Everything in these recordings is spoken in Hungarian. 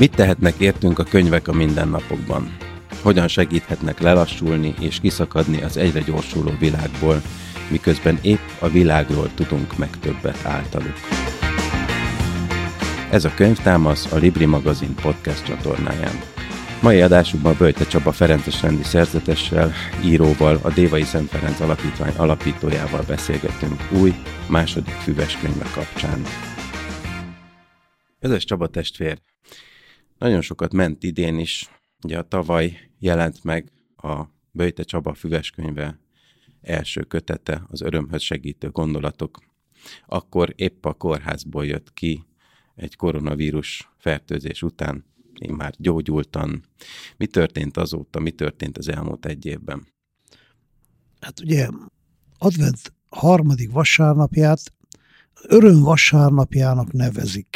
Mit tehetnek értünk a könyvek a mindennapokban? Hogyan segíthetnek lelassulni és kiszakadni az egyre gyorsuló világból, miközben épp a világról tudunk meg többet általuk? Ez a Könyvtámasz a Libri Magazin podcast csatornáján. Mai adásunkban Böjte Csaba ferences rendi szerzetessel, íróval, a Dévai Szent Ferenc Alapítvány alapítójával beszélgetünk új, második füveskönyve kapcsán. Közös Csaba testvér, nagyon sokat ment idén is, ugye a tavaly jelent meg a Böjte Csaba füveskönyve első kötete, az örömhöz segítő gondolatok. Akkor épp a kórházból jött ki egy koronavírus fertőzés után, én már gyógyultan. Mi történt azóta, mi történt az elmúlt egy évben? Hát ugye advent harmadik vasárnapját öröm vasárnapjának nevezik.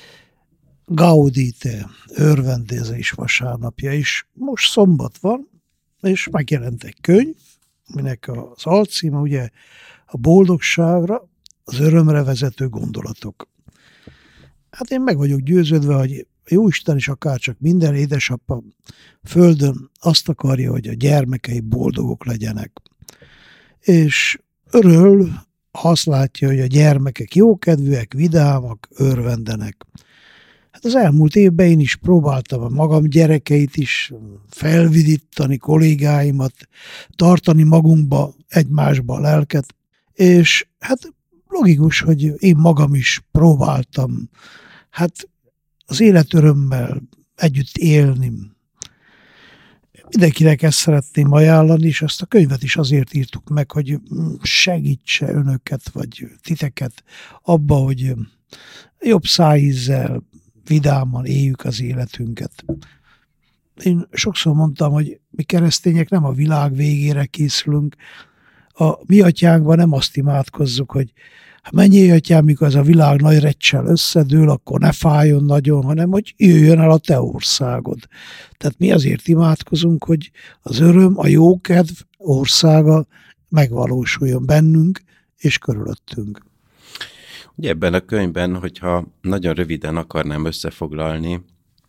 Gaudite, örvendezés vasárnapja is. Most szombat van, és megjelent egy könyv, aminek az alcíme ugye a boldogságra, az örömre vezető gondolatok. Hát én meg vagyok győződve, hogy Jóisten is akárcsak minden édesapa földön azt akarja, hogy a gyermekei boldogok legyenek. És örül, ha azt látja, hogy a gyermekek jókedvűek, vidámak, örvendenek. Hát az elmúlt évben én is próbáltam a magam gyerekeit is felvidítani, kollégáimat, tartani magunkba, egymásba a lelket, és hát logikus, hogy én magam is próbáltam hát az életörömmel együtt élni. Mindenkinek ezt szeretném ajánlani, és ezt a könyvet is azért írtuk meg, hogy segítse önöket, vagy titeket abba, hogy jobb szájízzel, vidáman éljük az életünket. Én sokszor mondtam, hogy mi keresztények nem a világ végére készülünk. A mi atyánkban nem azt imádkozzuk, hogy menjél, atyám, mikor ez a világ nagy recsel összedől, akkor ne fájjon nagyon, hanem hogy jöjjön el a te országod. Tehát mi azért imádkozunk, hogy az öröm, a jókedv országa megvalósuljon bennünk és körülöttünk. Ugye ebben a könyvben, hogyha nagyon röviden akarnám összefoglalni,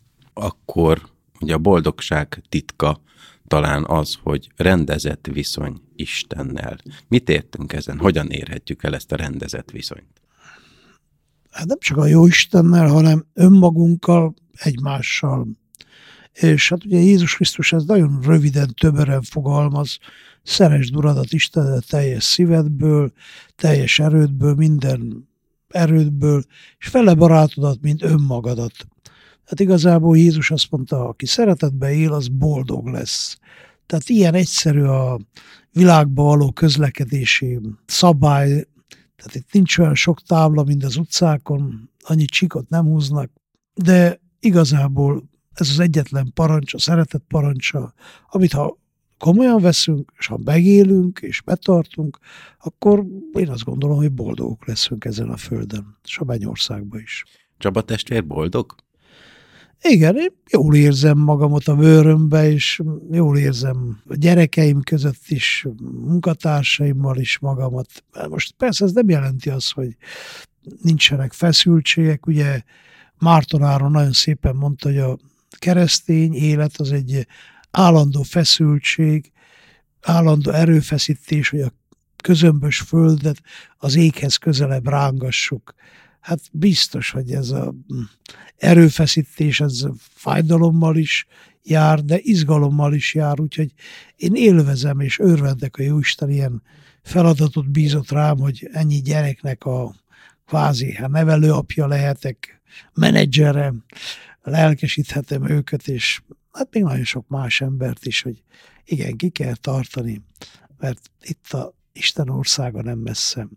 akkor ugye a boldogság titka talán az, hogy rendezett viszony Istennel. Mit értünk ezen? Hogyan érhetjük el ezt a rendezett viszonyt? Hát nem csak a jó Istennel, hanem önmagunkkal, egymással. És hát ugye Jézus Krisztus ez nagyon röviden, többen fogalmaz, szeresd Uradat Istenedet teljes szívedből, teljes erődből, minden erődből, és fele barátodat, mint önmagadat. Hát igazából Jézus azt mondta, aki szeretetben él, az boldog lesz. Tehát ilyen egyszerű a világba való közlekedési szabály, tehát itt nincs olyan sok tábla, mint az utcákon, annyi csikot nem húznak, de igazából ez az egyetlen parancs, a szeretet parancsa, amit ha komolyan veszünk, és ha megélünk, és betartunk, akkor én azt gondolom, hogy boldogok leszünk ezen a földön, és a mennyországban is. Csaba testvér boldog? Igen, én jól érzem magamat a bőrömbe, és jól érzem a gyerekeim között is, munkatársaimmal is magamat. Most persze ez nem jelenti azt, hogy nincsenek feszültségek. Ugye Márton Áron nagyon szépen mondta, hogy a keresztény élet az egy állandó feszültség, állandó erőfeszítés, hogy a közömbös földet az éghez közelebb rángassuk. Hát biztos, hogy ez az erőfeszítés, ez fájdalommal is jár, de izgalommal is jár, úgyhogy én élvezem és örvendek, a Jóisten ilyen feladatot bízott rám, hogy ennyi gyereknek a kvázi nevelőapja lehetek, menedzsere, lelkesíthetem őket, és hát még nagyon sok más embert is, hogy igen, ki kell tartani, mert itt a Isten országa nem messze.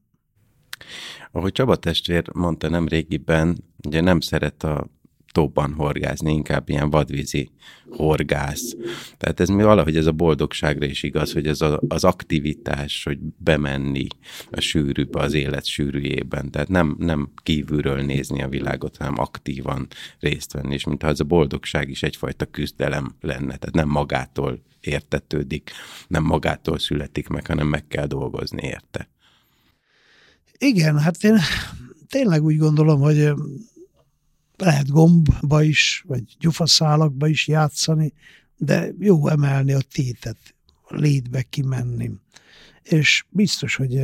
Ahogy Csaba testvér mondta nemrégiben, ugye nem szeret a tóban horgázni, inkább ilyen vadvízi horgász. Tehát ez mi valahogy ez a boldogságra is igaz, hogy ez az aktivitás, hogy bemenni a sűrűbe, az élet sűrűjében. Tehát nem kívülről nézni a világot, hanem aktívan részt venni, és mintha az a boldogság is egyfajta küzdelem lenne. Tehát nem magától értetődik, nem magától születik meg, hanem meg kell dolgozni érte. Igen, hát én tényleg úgy gondolom, hogy lehet gombba is, vagy gyufaszálakba is játszani, de jó emelni a tétet, létbe kimenni. És biztos, hogy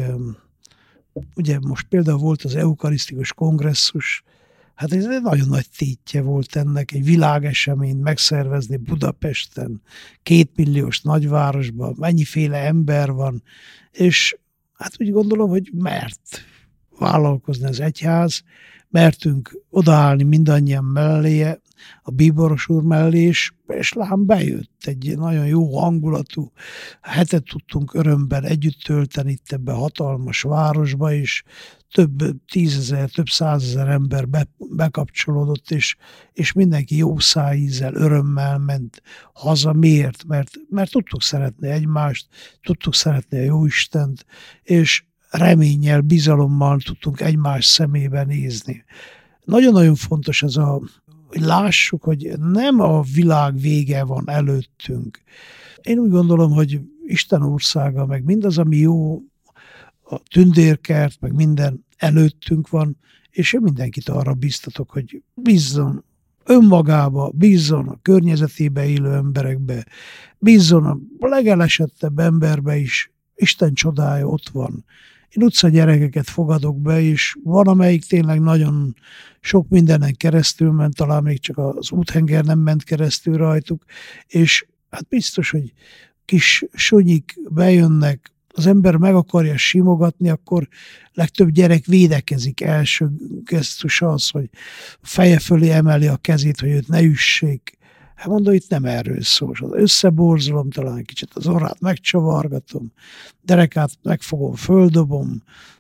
ugye most például volt az eukarisztikus kongresszus, hát ez egy nagyon nagy tétje volt ennek, egy világeseményt megszervezni Budapesten, 2 milliós nagyvárosban, mennyiféle ember van, és hát úgy gondolom, hogy mert vállalkozni az egyház, mertünk odaállni mindannyian melléje, a bíboros úr mellé, és lám bejött egy nagyon jó hangulatú hetet tudtunk örömben együtt tölteni itt ebbe a hatalmas városba, és több 10 000, több 100 000 ember bekapcsolódott, és mindenki jó szájízzel, örömmel ment haza. Miért? Mert tudtuk szeretni egymást, tudtuk szeretni a Jóistent, és reménnyel, bizalommal tudtunk egymás szemébe nézni. Nagyon-nagyon fontos ez hogy lássuk, hogy nem a világ vége van előttünk. Én úgy gondolom, hogy Isten országa, meg mindaz, ami jó, a tündérkert, meg minden előttünk van, és én mindenkit arra biztatok, hogy bízzon önmagába, bízzon a környezetébe élő emberekbe, bízzon a legelesettebb emberbe is, Isten csodája ott van. Én utca gyerekeket fogadok be, és van, amelyik tényleg nagyon sok mindenen keresztül ment, talán még csak az úthenger nem ment keresztül rajtuk, és hát biztos, hogy kis sonyik bejönnek, az ember meg akarja simogatni, akkor legtöbb gyerek védekezik. Első gesztus az, hogy feje fölé emeli a kezét, hogy őt ne üssék. Hát mondom, itt nem erről szól. Összeborzolom, talán kicsit az orrát megcsavargatom, derekát megfogom, földobom,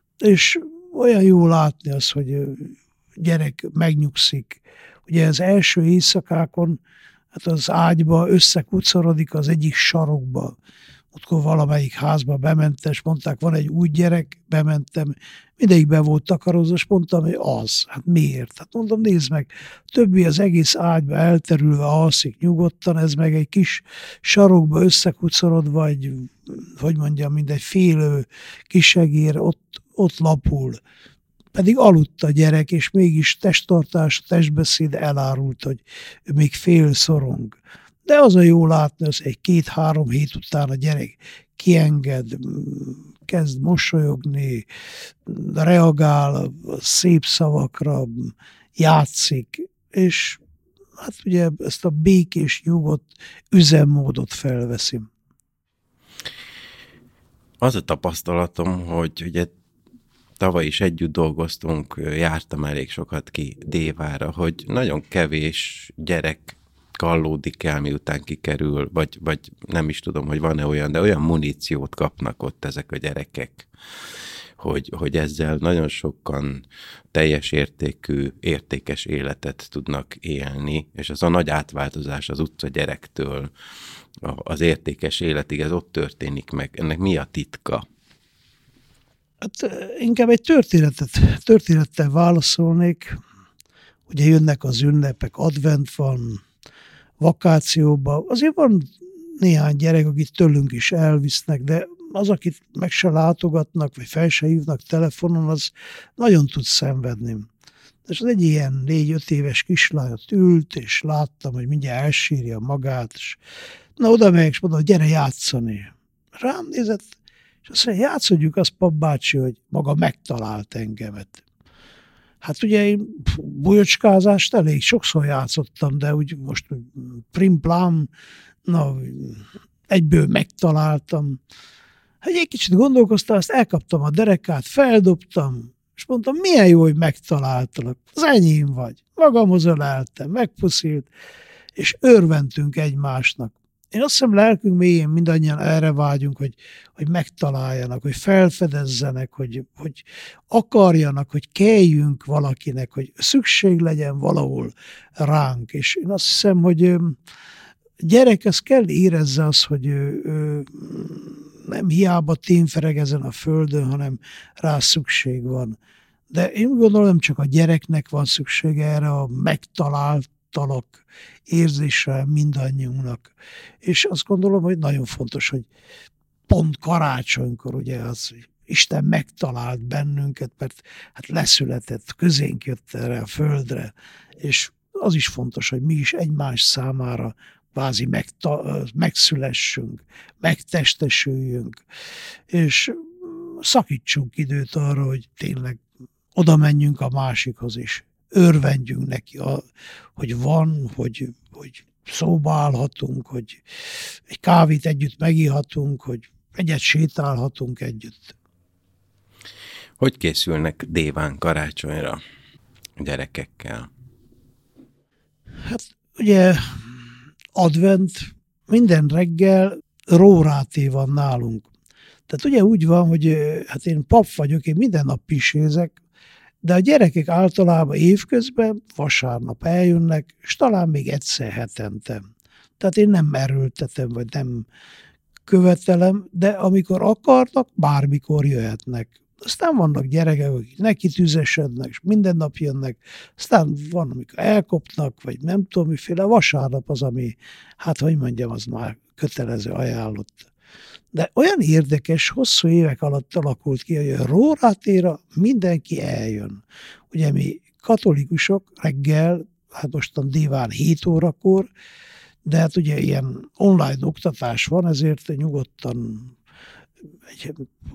és olyan jó látni az, hogy gyerek megnyugszik. Ugye az első éjszakákon hát az ágyba összekucorodik az egyik sarokba. Akkor valamelyik házba bementem, és mondták, van egy új gyerek, bementem, mindegyik be volt takarozva, és mondtam, hogy az. Hát miért? Hát mondom, nézd meg, többi az egész ágyba elterülve alszik nyugodtan, ez meg egy kis sarokba összekucorodva, hogy mondjam, mint egy félő kisegér, ott lapul. Pedig aludt a gyerek, és mégis testtartás, testbeszéd elárult, hogy ő még fél szorong. De az a jó látni, hogy egy 2-3 hét után a gyerek kienged, kezd mosolyogni, reagál a szép szavakra, játszik, és hát ugye ezt a békés, nyugodt üzemmódot felveszem. Az a tapasztalatom, hogy ugye tavaly is együtt dolgoztunk, jártam elég sokat ki Dévára, hogy nagyon kevés gyerek kallódik el, miután kikerül, vagy nem is tudom, hogy van-e olyan, de olyan muníciót kapnak ott ezek a gyerekek, hogy ezzel nagyon sokan teljes értékű, értékes életet tudnak élni, és az a nagy átváltozás az utca gyerektől az értékes életig, ez ott történik meg. Ennek mi a titka? Hát inkább egy történettel válaszolnék. Ugye jönnek az ünnepek, advent van, vakációba. Azért van néhány gyerek, akit tőlünk is elvisznek, de az, akit meg se látogatnak, vagy fel se hívnak telefonon, az nagyon tud szenvedni. És az egy ilyen 4-5 éves kislány ott ült, és láttam, hogy mindjárt elsírja magát, és na oda megyek, és mondom, gyere játszani. Rám nézett, és azt mondja, játszodjuk azt, papbácsi, hogy maga megtalált engemet. Hát ugye én bujocskázást elég sokszor játszottam, de úgy most prim-plám, na, egyből megtaláltam. Hát egy kicsit gondolkoztam, azt elkaptam a derekát, feldobtam, és mondtam, milyen jó, hogy megtaláltalak. Az enyém vagy. Magamhoz öleltem, megpuszilt, és örventünk egymásnak. Én azt hiszem, lelkünk mélyén mindannyian erre vágyunk, hogy megtaláljanak, hogy felfedezzenek, hogy akarjanak, hogy kelljünk valakinek, hogy szükség legyen valahol ránk. És én azt hiszem, hogy gyerek, ez kell érezze az, hogy ő nem hiába témfereg ezen a földön, hanem rá szükség van. De én úgy gondolom, nem csak a gyereknek van szüksége erre a megtaláltalak érzésre mindannyiunknak. És azt gondolom, hogy nagyon fontos, hogy pont karácsonykor ugye az, hogy Isten megtalált bennünket, mert hát leszületett, közénk jött erre a földre, És az is fontos, hogy mi is egymás számára kvázi megszülessünk, megtestesüljünk, és szakítsunk időt arra, hogy tényleg oda menjünk a másikhoz is. Örvendjünk neki, hogy van, hogy szóba állhatunk, hogy egy kávét együtt megihatunk, hogy egyet sétálhatunk együtt. Hogy készülnek déván karácsonyra a gyerekekkel? Hát ugye advent minden reggel róráté van nálunk. Tehát ugye úgy van, hogy hát én pap vagyok, én minden nap pisézek, de a gyerekek általában évközben vasárnap eljönnek, és talán még egyszer hetente. Tehát én nem erőltetem, vagy nem követelem, de amikor akarnak, bármikor jöhetnek. Aztán vannak gyerekek, akik neki tüzesednek, és minden nap jönnek, aztán van, amikor elkopnak, vagy nem tudom miféle. Vasárnap az, ami, hát hogy mondjam, az már kötelező, ajánlott. De olyan érdekes, hosszú évek alatt alakult ki, hogy a rórátéra mindenki eljön. Ugye mi katolikusok reggel, hát mostan déván 7 órakor, de hát ugye ilyen online oktatás van, ezért nyugodtan egy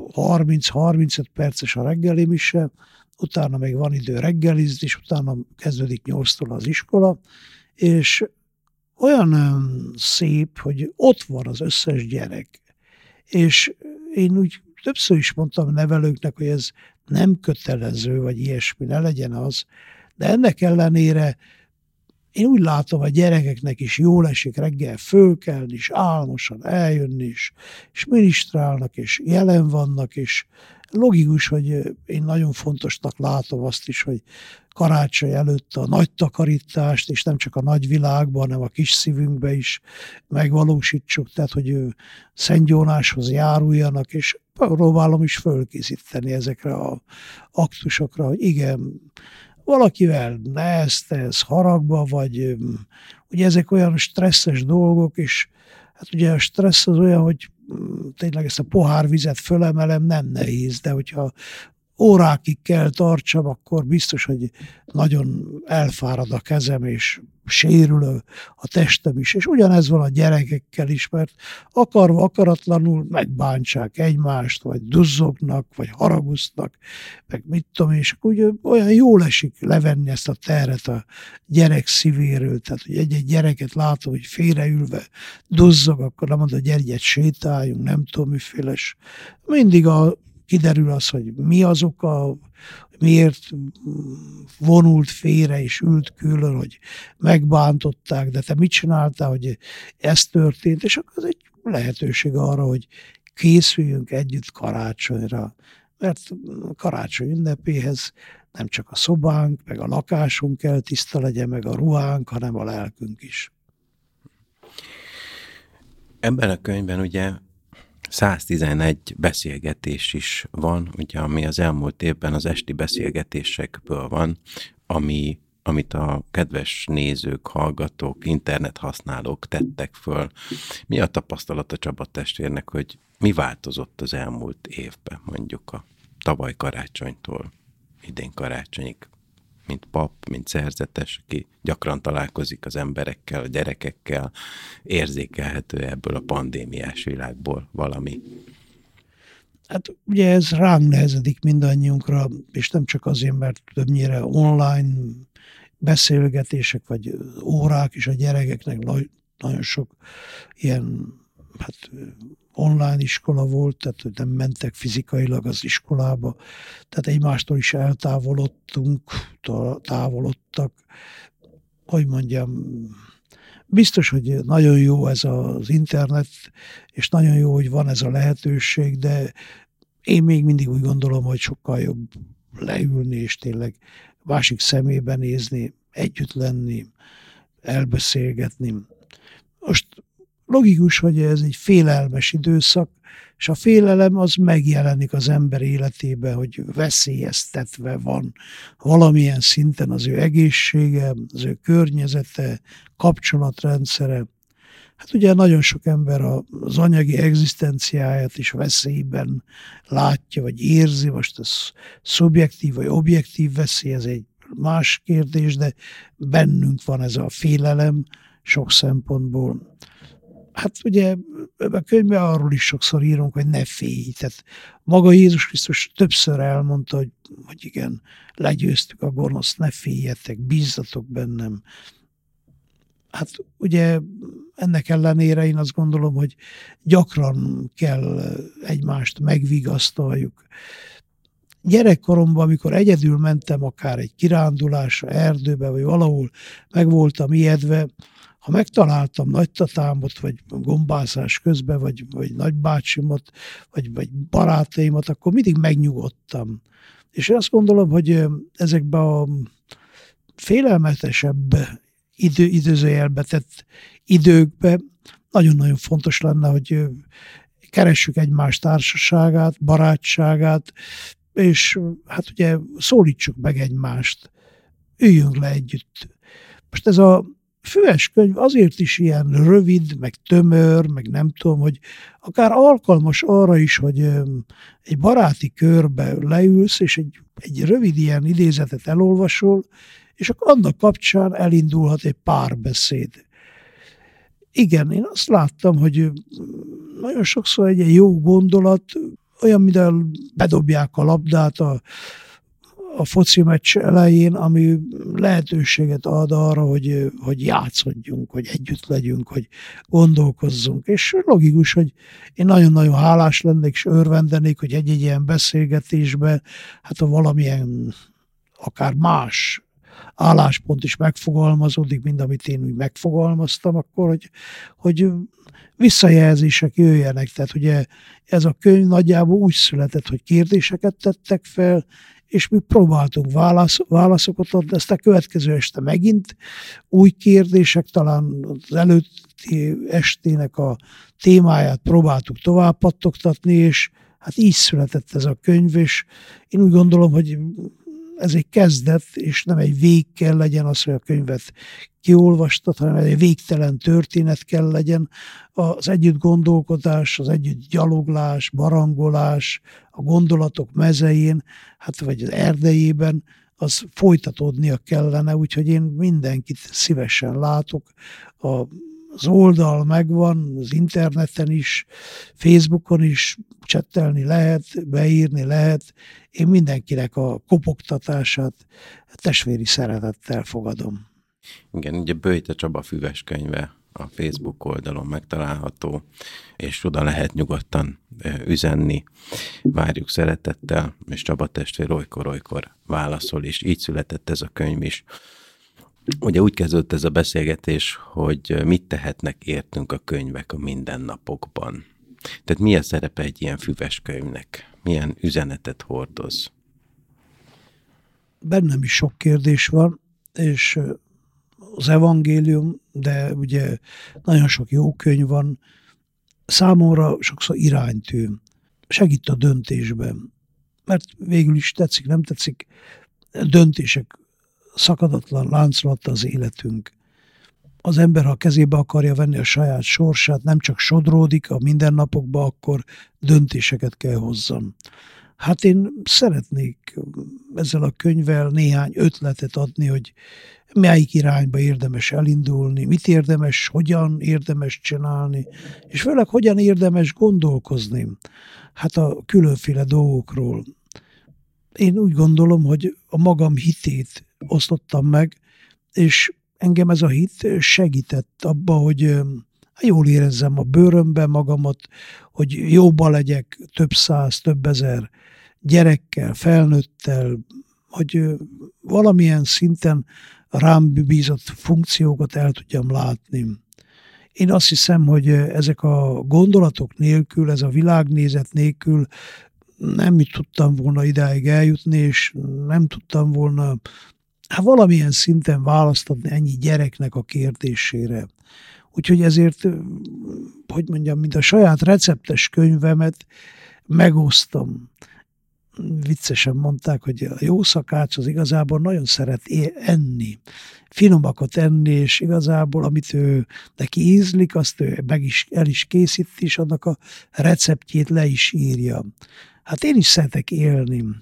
30-35 perces a reggeli mise, utána még van idő reggelizni, és utána kezdődik 8-tól az iskola, és olyan szép, hogy ott van az összes gyerek. És én úgy többször is mondtam a nevelőknek, hogy ez nem kötelező, vagy ilyesmi, ne legyen az, de ennek ellenére én úgy látom, a gyerekeknek is jól esik reggel fölkelni, és álmosan eljönni, és minisztrálnak, és jelen vannak, és logikus, hogy én nagyon fontosnak látom azt is, hogy karácsony előtt a nagy takarítást, és nem csak a nagy világban, hanem a kis szívünkbe is megvalósítsuk, tehát hogy Szent Jónáshoz járuljanak, és próbálom is fölkészíteni ezekre az aktusokra, hogy igen, valakivel ez haragba, vagy ugye ezek olyan stresszes dolgok, és hát ugye a stressz az olyan, hogy tényleg ezt a pohár vizet fölemelem, nem nehéz, de hogyha órákig kell tartsam, akkor biztos, hogy nagyon elfárad a kezem, és sérül a testem is. És ugyanez van a gyerekekkel is, mert akarva, akaratlanul megbántsák egymást, vagy duzzognak, vagy haraguznak, meg mit tudom, és ugye olyan jól esik levenni ezt a terhet a gyerek szívéről. Tehát, hogy egy-egy gyereket látom, hogy félreülve duzzog, akkor nem mondod, hogy gyergy, sétáljunk, nem tudom, miféles. Mindig kiderül az, hogy mi az oka, miért vonult félre és ült külön, hogy megbántották, de te mit csináltál, hogy ez történt, és akkor az egy lehetőség arra, hogy készüljünk együtt karácsonyra, mert karácsony ünnepéhez nem csak a szobánk, meg a lakásunk kell tiszta legyen, meg a ruhánk, hanem a lelkünk is. Ebben a könyvben ugye 111 beszélgetés is van, ugye, ami az elmúlt évben az esti beszélgetésekből van, amit a kedves nézők, hallgatók, internet használók tettek föl. Mi a tapasztalata Csaba testvérnek, hogy mi változott az elmúlt évben, mondjuk a tavaly karácsonytól idén karácsonyig, mint pap, mint szerzetes, aki gyakran találkozik az emberekkel, a gyerekekkel, érzékelhető ebből a pandémiás világból valami? Hát ugye ez ránk nehezedik mindannyiunkra, és nem csak azért, mert többnyire online beszélgetések, vagy órák is a gyerekeknek nagyon sok ilyen online iskola volt, tehát hogy nem mentek fizikailag az iskolába, tehát egymástól is távolodtak. Hogy mondjam, biztos, hogy nagyon jó ez az internet, és nagyon jó, hogy van ez a lehetőség, de én még mindig úgy gondolom, hogy sokkal jobb leülni, és tényleg másik szemébe nézni, együtt lenni, elbeszélgetni. Most logikus, hogy ez egy félelmes időszak, és a félelem az megjelenik az ember életében, hogy veszélyeztetve van valamilyen szinten az ő egészsége, az ő környezete, kapcsolatrendszere. Hát ugye nagyon sok ember az anyagi egzisztenciáját is veszélyben látja, vagy érzi, most ez szubjektív vagy objektív veszély, ez egy más kérdés, de bennünk van ez a félelem sok szempontból. Hát ugye a könyvben arról is sokszor írunk, hogy ne félj. Tehát maga Jézus Krisztus többször elmondta, hogy igen, legyőztük a gonoszt, ne féljetek, bízzatok bennem. Hát ugye ennek ellenére én azt gondolom, hogy gyakran kell egymást megvigasztaljuk. Gyerekkoromban, amikor egyedül mentem akár egy kirándulásra, erdőbe, vagy valahol meg voltam ijedve, ha megtaláltam nagytatámot, vagy gombászás közben, vagy nagybácsimat, vagy barátaimat, akkor mindig megnyugodtam. És én azt gondolom, hogy ezekben a félelmetesebb időzőjelbe tett időkben nagyon-nagyon fontos lenne, hogy keressük egymás társaságát, barátságát, és hát ugye szólítsuk meg egymást, üljünk le együtt. Most ez a füves könyv azért is ilyen rövid, meg tömör, meg nem tudom, hogy akár alkalmas arra is, hogy egy baráti körbe leülsz, és egy rövid ilyen idézetet elolvasol, és akkor annak kapcsán elindulhat egy párbeszéd. Igen, én azt láttam, hogy nagyon sokszor egy jó gondolat, olyan, mivel bedobják a labdát a foci meccs elején, ami lehetőséget ad arra, hogy játszodjunk, hogy együtt legyünk, hogy gondolkozzunk. És logikus, hogy én nagyon-nagyon hálás lennék, és örvendenék, hogy egy hogy beszélgetésben, hát ha valamilyen akár más álláspont is megfogalmazódik, mint amit én úgy megfogalmaztam, akkor hogy visszajelzések jöjjenek. Tehát ugye ez a könyv nagyjából úgy született, hogy kérdéseket tettek fel, és mi próbáltunk válaszokat adni, ezt a következő este megint új kérdések, talán az előtti estének a témáját próbáltuk tovább pattogtatni, és hát így született ez a könyv, és én úgy gondolom, hogy ez egy kezdet, és nem egy vég kell legyen az, hogy a könyvet kiolvastad, hanem egy végtelen történet kell legyen. Az együtt gondolkodás, az együtt gyaloglás, barangolás, a gondolatok mezején, hát vagy az erdejében, az folytatódnia kellene, úgyhogy én mindenkit szívesen látok. Az oldal megvan, az interneten is, Facebookon is csettelni lehet, beírni lehet. Én mindenkinek a kopogtatását testvéri szeretettel fogadom. Igen, ugye Böjte Csaba füves könyve a Facebook oldalon megtalálható, és oda lehet nyugodtan üzenni. Várjuk szeretettel, és Csaba testvér olykor válaszol, és így született ez a könyv is. Ugye úgy kezdődött ez a beszélgetés, hogy mit tehetnek értünk a könyvek a mindennapokban. Tehát mi a szerepe egy ilyen füves könyvnek? Milyen üzenetet hordoz? Bennem is sok kérdés van, és az evangélium, de ugye nagyon sok jó könyv van, számomra sokszor iránytű, segít a döntésben, mert végül is tetszik, nem tetszik, döntések szakadatlan láncolata az életünk. Az ember, ha kezébe akarja venni a saját sorsát, nem csak sodródik a mindennapokba, akkor döntéseket kell hozzon. Hát én szeretnék ezzel a könyvvel néhány ötletet adni, hogy melyik irányba érdemes elindulni, mit érdemes, hogyan érdemes csinálni, és főleg hogyan érdemes gondolkozni. Hát a különféle dolgokról. Én úgy gondolom, hogy a magam hitét osztottam meg, és engem ez a hit segített abba, hogy jól érezzem a bőrömben magamat, hogy jóba legyek több száz, több ezer gyerekkel, felnőttel, hogy valamilyen szinten rám bízott funkciókat el tudjam látni. Én azt hiszem, hogy ezek a gondolatok nélkül, ez a világnézet nélkül nem tudtam volna idáig eljutni, és nem tudtam volna valamilyen szinten választ adni ennyi gyereknek a kérdésére. Úgyhogy ezért, hogy mondjam, mint a saját receptes könyvemet megosztom. Viccesen mondták, hogy a jó szakács az igazából nagyon szeret enni, finomakat enni, és igazából, amit neki ízlik, azt ő el is készít, és annak a receptjét le is írja. Hát én is szeretek élni.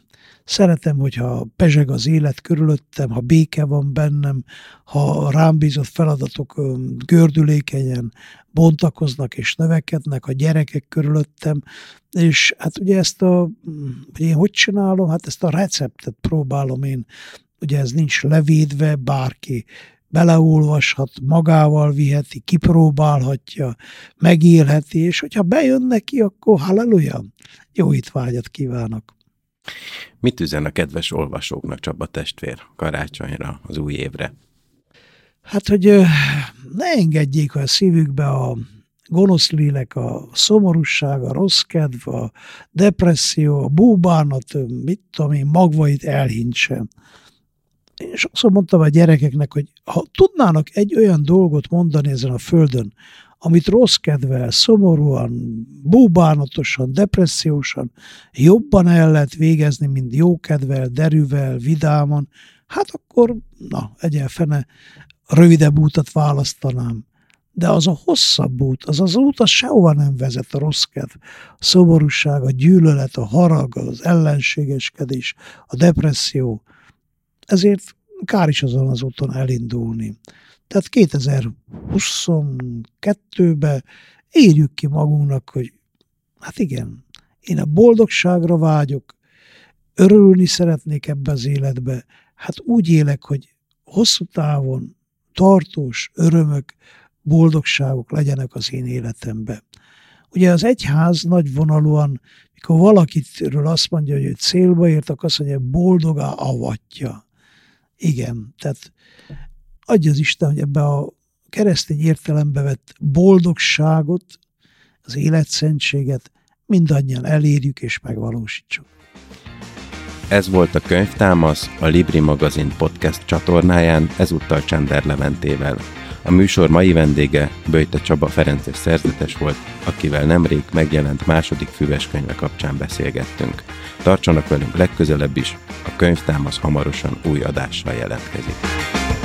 Szeretem, hogyha pezseg az élet körülöttem, ha béke van bennem, ha rám bízott feladatok gördülékenyen bontakoznak és növekednek a gyerekek körülöttem, és hát ugye hogy én hogy csinálom? Hát ezt a receptet próbálom én, ugye ez nincs levédve, bárki beleolvashat, magával viheti, kipróbálhatja, megélheti, és hogyha bejön neki, akkor halleluja, jó étvágyat kívánok. Mit üzen a kedves olvasóknak Csaba testvér karácsonyra, az új évre? Hát, hogy ne engedjék a szívükbe a gonosz lélek, a szomorúság, a rossz kedv, a depresszió, a búbánat, mit tudom én, magvait elhintsem. Én sokszor mondtam a gyerekeknek, hogy ha tudnának egy olyan dolgot mondani ezen a földön, amit rossz kedvel, szomorúan, búbánatosan, depressziósan jobban el lehet végezni, mint jókedvel, derűvel, vidáman, hát akkor, egyenfene, rövidebb útat választanám. De az a hosszabb út, az út, az sehova nem vezet, a rossz kedv, a szomorúság, a gyűlölet, a harag, az ellenségeskedés, a depresszió. Ezért kár is azon az úton elindulni. Tehát 2022-ben írjuk ki magunknak, hogy hát igen, én a boldogságra vágyok, örülni szeretnék ebbe az életbe, hát úgy élek, hogy hosszú távon tartós örömök, boldogságok legyenek az én életemben. Ugye az egyház nagyvonalúan, mikor valakiről azt mondja, hogy ő célba ért, akkor azt mondja, boldogá avatja. Igen, tehát adja az Isten, hogy ebbe a keresztény értelembe vett boldogságot, az életszentséget mindannyian elérjük és megvalósítsuk. Ez volt a Könyvtámasz, a Libri Magazin podcast csatornáján, ezúttal Csender Leventével. A műsor mai vendége Böjte Csaba ferences szerzetes volt, akivel nemrég megjelent második füveskönyve kapcsán beszélgettünk. Tartsanak velünk legközelebb is, a Könyvtámasz hamarosan új adással jelentkezik.